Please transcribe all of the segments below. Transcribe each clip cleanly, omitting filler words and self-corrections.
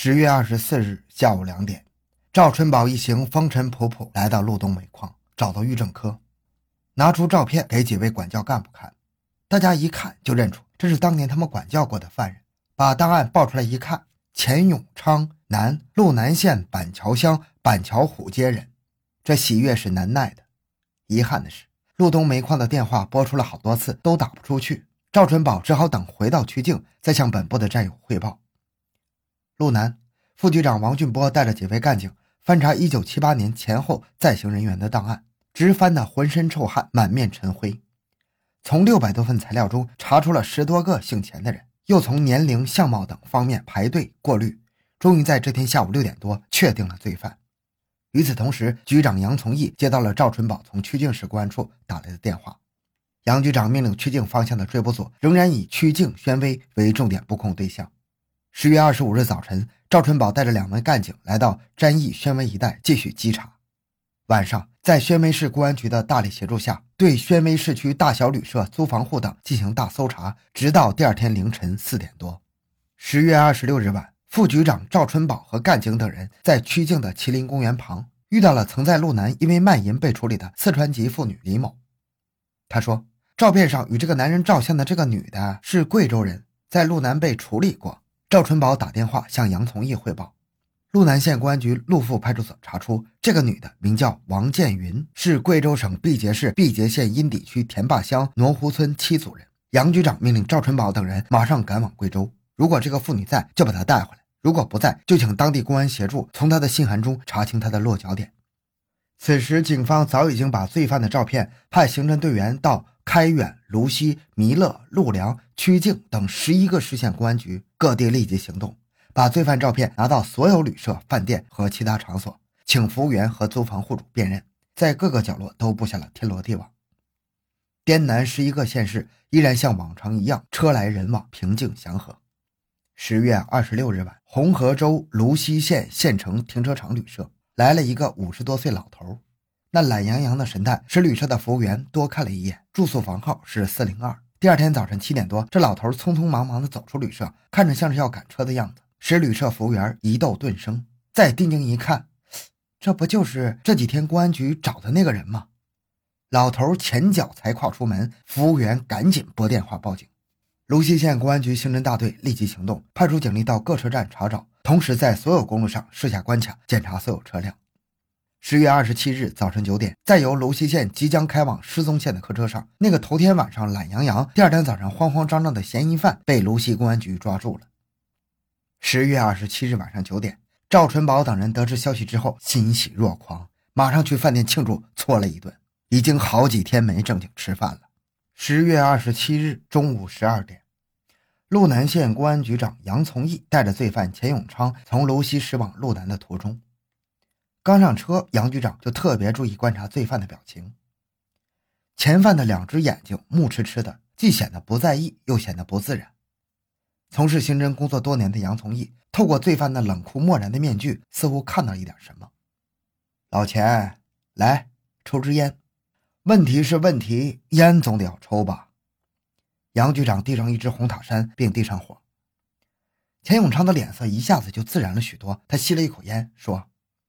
10月24日下午2点，赵春宝一行风尘仆仆来到路东煤矿，找到狱政科，拿出照片给几位管教干部看。大家一看就认出这是当年他们管教过的犯人，把档案报出来一看，钱永昌，男，路南县板桥乡板桥虎街人。这喜悦是难耐的。遗憾的是，路东煤矿的电话拨出了好多次都打不出去，赵春宝只好等回到曲靖再向本部的战友汇报。路南副局长王俊波带着几位干警翻查1978年前后在刑人员的档案，直翻得浑身臭汗，满面尘灰。从600多份材料中查出了10多个姓钱的人，又从年龄、相貌等方面排队过滤，终于在这天下午6点多确定了罪犯。与此同时，局长杨从义接到了赵春宝从曲靖市公安处打来的电话。杨局长命令曲靖方向的追捕组仍然以曲靖、宣威为重点布控对象。10月25日早晨，赵春宝带着2名干警来到詹义、宣威一带继续稽查。晚上，在宣威市公安局的大力协助下，对宣威市区大小旅社、租房户等进行大搜查，直到第二天凌晨4点多。10月26日晚，副局长赵春宝和干警等人在曲靖的麒麟公园旁遇到了曾在路南因为卖淫被处理的四川籍妇女李某。他说，照片上与这个男人照相的这个女的是贵州人，在路南被处理过。赵春宝打电话向杨从义汇报，路南县公安局陆富派出所查出，这个女的名叫王建云，是贵州省毕节市毕节县阴底区田坝乡挪湖村7组人。杨局长命令赵春宝等人马上赶往贵州，如果这个妇女在，就把她带回来，如果不在，就请当地公安协助从她的信函中查清她的落脚点。此时警方早已经把罪犯的照片派刑侦队员到开远、泸溪、弥勒、陆良、曲靖等11个市县公安局，各地立即行动，把罪犯照片拿到所有旅社、饭店和其他场所，请服务员和租房户主辨认，在各个角落都布下了天罗地网。滇南11个县市依然像往常一样车来人往，平静祥和。10月26日晚，红河州泸溪县县城停车场旅社来了一个50多岁老头，那懒洋洋的神态使旅社的服务员多看了一眼，住宿房号是402。第二天早晨7点多，这老头匆匆忙忙地走出旅社，看着像是要赶车的样子，使旅社服务员疑窦顿生。再定睛一看，这不就是这几天公安局找的那个人吗？老头前脚才跨出门，服务员赶紧拨电话报警。泸溪县公安局刑侦大队立即行动，派出警力到各车站查找，同时在所有公路上设下关卡，检查所有车辆。10月27日早晨9点，在由泸溪县即将开往失踪县的客车上，那个头天晚上懒洋洋，第二天早上慌慌张张的嫌疑犯被泸溪公安局抓住了。10月27日晚上9点，赵春宝等人得知消息之后欣喜若狂，马上去饭店庆祝，搓了一顿，已经好几天没正经吃饭了。10月27日中午12点，路南县公安局长杨从义带着罪犯钱永昌从泸溪驶往路南的途中。刚上车，杨局长就特别注意观察罪犯的表情。前犯的2只眼睛目痴痴的，既显得不在意，又显得不自然。从事刑侦工作多年的杨从义透过罪犯那冷酷漠然的面具，似乎看到一点什么。老钱，来，抽支烟。问题是问题，烟总得要抽吧。杨局长递上一支红塔山，并递上火。钱永昌的脸色一下子就自然了许多，他吸了一口烟，说，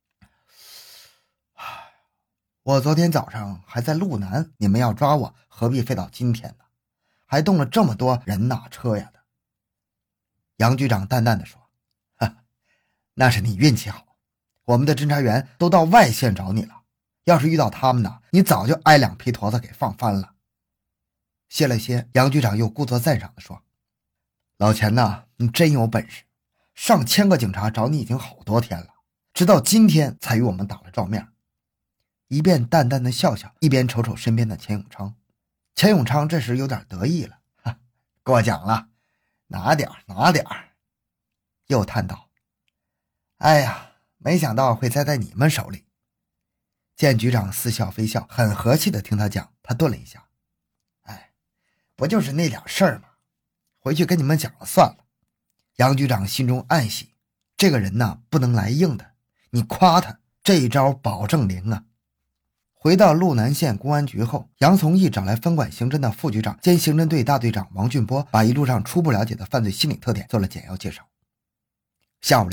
我昨天早上还在路南，你们要抓我，何必非到今天呢？还动了这么多人呐车呀的。杨局长淡淡的说，那是你运气好，我们的侦查员都到外县找你了，要是遇到他们呢，你早就挨2批坨子给放翻了。歇了歇，杨局长又故作赞赏地说，老钱呐，你真有本事，上千个警察找你已经好多天了，直到今天才与我们打了照面。一边淡淡的笑笑，一边瞅瞅身边的钱永昌。钱永昌这时有点得意了，过奖了，拿点拿点。又叹道，哎呀，没想到会栽在你们手里。见局长似笑非笑，很和气的听他讲，他顿了一下，不就是那点事儿吗？回去跟你们讲了算了。杨局长心中暗喜，这个人呢不能来硬的，你夸他，这一招保证灵啊。回到路南县公安局后，杨从义找来分管刑侦的副局长兼刑侦队大队长王俊波，把一路上初步了解的犯罪心理特点做了简要介绍。下午2点，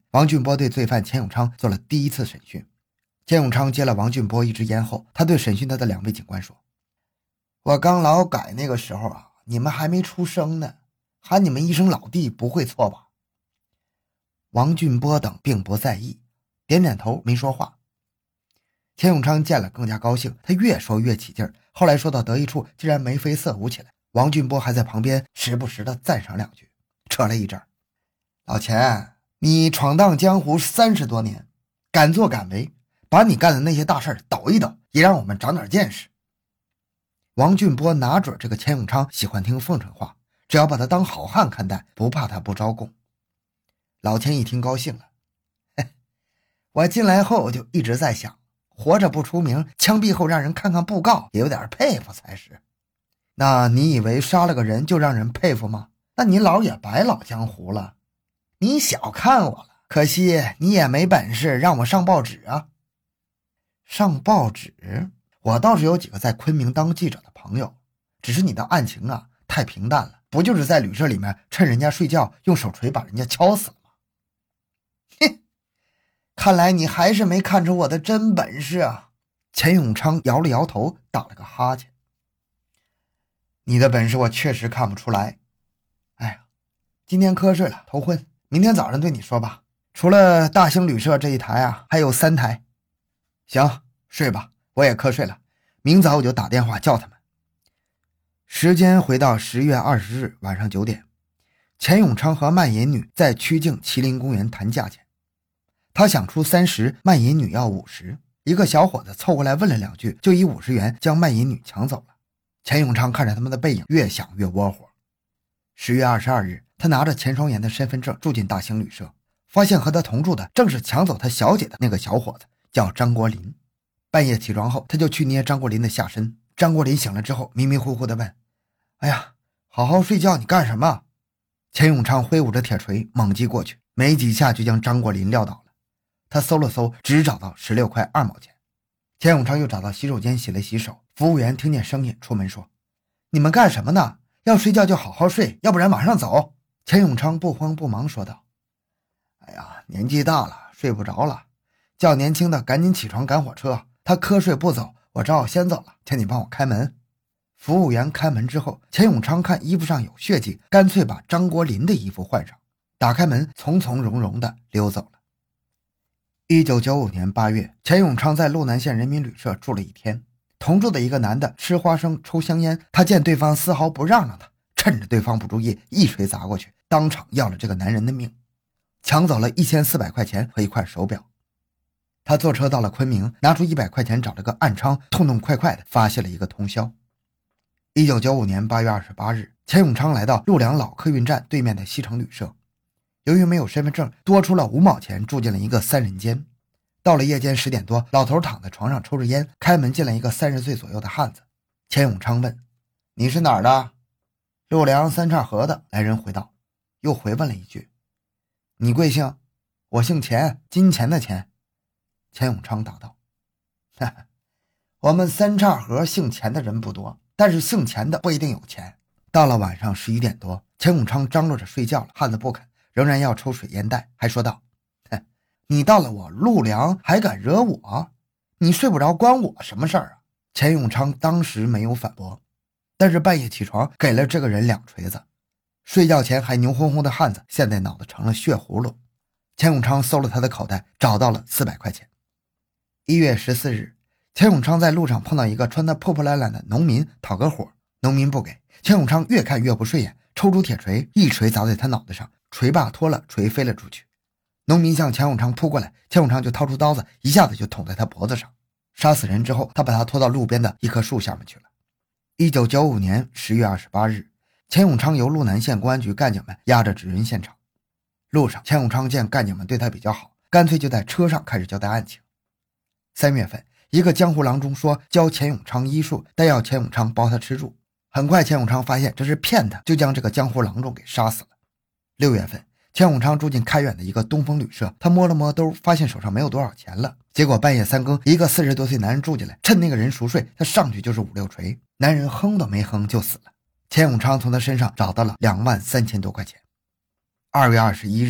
王俊波对罪犯钱永昌做了第一次审讯。钱永昌接了王俊波一支烟后，他对审讯他的2位警官说：我刚劳改那个时候啊，你们还没出生呢，喊你们一声老弟不会错吧？王俊波等并不在意，点点头没说话。钱永昌见了更加高兴，他越说越起劲儿，后来说到得意处竟然眉飞色舞起来。王俊波还在旁边时不时的赞赏2句，扯了一阵。老钱，你闯荡江湖30多年，敢作敢为，把你干的那些大事抖一抖，也让我们长点见识。王俊波拿准这个钱永昌喜欢听奉承话，只要把他当好汉看待，不怕他不招供。老钱一听高兴了，我进来后我就一直在想，活着不出名，枪毙后让人看看布告也有点佩服才是。那你以为杀了个人就让人佩服吗？那你老也白老江湖了。你小看我了，可惜你也没本事让我上报纸啊。上报纸？我倒是有几个在昆明当记者的朋友，只是你的案情啊太平淡了，不就是在旅社里面趁人家睡觉用手锤把人家敲死了吗？嘿，看来你还是没看出我的真本事啊。钱永昌摇了摇头，打了个哈欠。你的本事我确实看不出来。哎呀，今天瞌睡了，头昏，明天早上对你说吧。除了大兴旅社这一台啊，还有3台。行，睡吧，我也瞌睡了，明早我就打电话叫他们。时间回到10月20日晚上9点，钱永昌和卖淫女在曲靖麒麟公园谈价钱。他想出30，卖淫女要50，一个小伙子凑过来问了2句，就以50元将卖淫女抢走了。钱永昌看着他们的背影，越想越窝火。10月22日，他拿着钱双岩的身份证住进大兴旅社，发现和他同住的正是抢走他小姐的那个小伙子，叫张国林。半夜起床后，他就去捏张国林的下身。张国林醒了之后迷迷糊糊地问：哎呀，好好睡觉，你干什么？钱永昌挥舞着铁锤猛击过去，没几下就将张国林撂倒了。他搜了搜，只找到16块2毛钱。钱永昌又找到洗手间洗了洗手，服务员听见声音出门说：你们干什么呢？要睡觉就好好睡，要不然马上走。钱永昌不慌不忙说道：哎呀，年纪大了，睡不着了，叫年轻的赶紧起床赶火车，他瞌睡不走，我只好先走了，请你帮我开门。服务员开门之后，钱永昌看衣服上有血迹，干脆把张国林的衣服换上，打开门从从容容地溜走了。1995年8月，钱永昌在路南县人民旅社住了1天，同住的一个男的吃花生抽香烟，他见对方丝毫不让他，趁着对方不注意一锤砸过去，当场要了这个男人的命，抢走了1400块钱和一块手表。他坐车到了昆明，拿出100块钱找了个暗娼，痛痛快快地发泄了一个通宵。1995年8月28日，钱永昌来到陆良老客运站对面的西城旅社，由于没有身份证，多出了5毛钱住进了一个3人间。到了夜间10点多，老头躺在床上抽着烟，开门进来一个30岁左右的汉子。钱永昌问：你是哪儿的？陆良三岔河的。来人回道，又回问了一句：你贵姓？我姓钱，金钱的钱。钱永昌答道：哈哈，我们三岔河姓钱的人不多，但是姓钱的不一定有钱。到了晚上11点多，钱永昌张罗着睡觉了，汉子不肯，仍然要抽水烟袋，还说道：你到了我陆良还敢惹我？你睡不着关我什么事儿啊？钱永昌当时没有反驳，但是半夜起床给了这个人2锤子。睡觉前还牛哄哄的汉子现在脑子成了血葫芦。钱永昌搜了他的口袋，找到了400块钱。1月14日，钱永昌在路上碰到一个穿得破破烂烂的农民讨个火，农民不给，钱永昌越看越不顺眼，抽出铁锤一锤砸在他脑袋上，锤把脱了，锤飞了出去。农民向钱永昌扑过来，钱永昌就掏出刀子，一下子就捅在他脖子上。杀死人之后，他把他拖到路边的一棵树下面去了。1995年10月28日，钱永昌由路南县公安局干警们押着指认现场。路上，钱永昌见干警们对他比较好，干脆就在车上开始交代案情。3月份，一个江湖郎中说教钱永昌医术，但要钱永昌包他吃住。很快钱永昌发现这是骗他，就将这个江湖郎中给杀死了。6月份，钱永昌住进开远的一个东风旅社，他摸了摸兜，发现手上没有多少钱了。结果半夜3更，一个40多岁男人住进来，趁那个人熟睡，他上去就是5、6锤，男人哼都没哼就死了。钱永昌从他身上找到了23000多块钱。2月21日，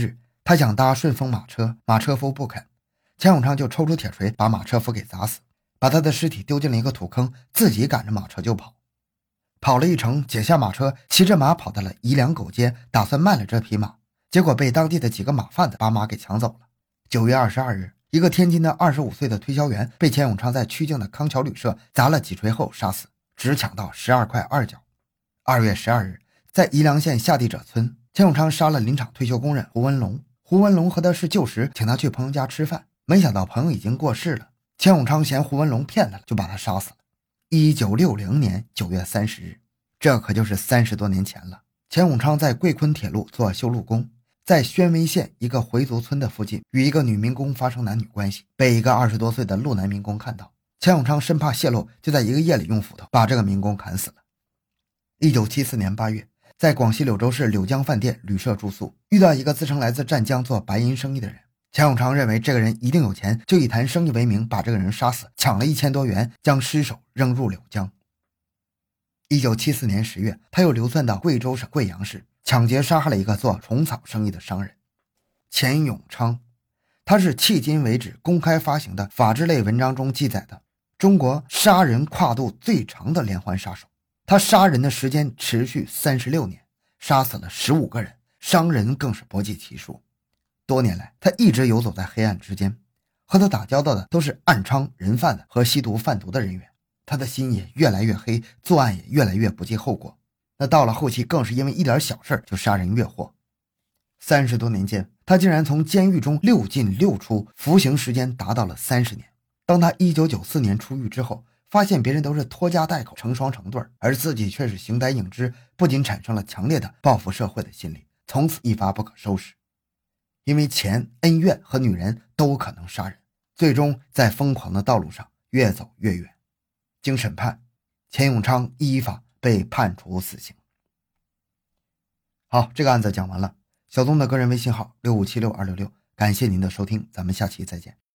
他想搭顺风马车，马车夫不肯，钱永昌就抽出铁锤把马车夫给砸死，把他的尸体丢进了一个土坑，自己赶着马车就跑。跑了一程，解下马车，骑着马跑到了宜良狗街，打算卖了这匹马，结果被当地的几个马贩子把马给抢走了。9月22日，一个天津的25岁的推销员被钱永昌在曲靖的康桥旅社砸了几锤后杀死，只抢到12块2角。2月12日，在宜良县下地者村，钱永昌杀了林场退休工人胡文龙。胡文龙和他是旧识，请他去朋友家吃饭，没想到朋友已经过世了。钱永昌嫌胡文龙骗他了，就把他杀死了。1960年9月30日，这可就是30多年前了。钱永昌在贵昆铁路做修路工，在宣威县一个回族村的附近与一个女民工发生男女关系，被一个20多岁的路南民工看到。钱永昌生怕泄露，就在一个夜里用斧头把这个民工砍死了。1974年8月，在广西柳州市柳江饭店旅社住宿，遇到一个自称来自湛江做白银生意的人。钱永昌认为这个人一定有钱，就以谈生意为名把这个人杀死，抢了1000多元，将尸首扔入柳江。1974年10月，他又流窜到贵州省贵阳市，抢劫杀害了一个做虫草生意的商人钱永昌。他是迄今为止公开发行的法制类文章中记载的中国杀人跨度最长的连环杀手。他杀人的时间持续36年，杀死了15个人，伤人更是不计其数。多年来，他一直游走在黑暗之间，和他打交道的都是暗娼、人贩子和吸毒贩毒的人员。他的心也越来越黑，作案也越来越不计后果。那到了后期，更是因为一点小事就杀人越货。30多年间，他竟然从监狱中6进6出，服刑时间达到了30年。当他1994年出狱之后，发现别人都是拖家带口、成双成对，而自己却是形单影只，不仅产生了强烈的报复社会的心理，从此一发不可收拾。因为钱、恩怨和女人都可能杀人，最终在疯狂的道路上越走越远。经审判，钱永昌依法被判处死刑。好，这个案子讲完了。小东的个人微信号6576-266，感谢您的收听，咱们下期再见。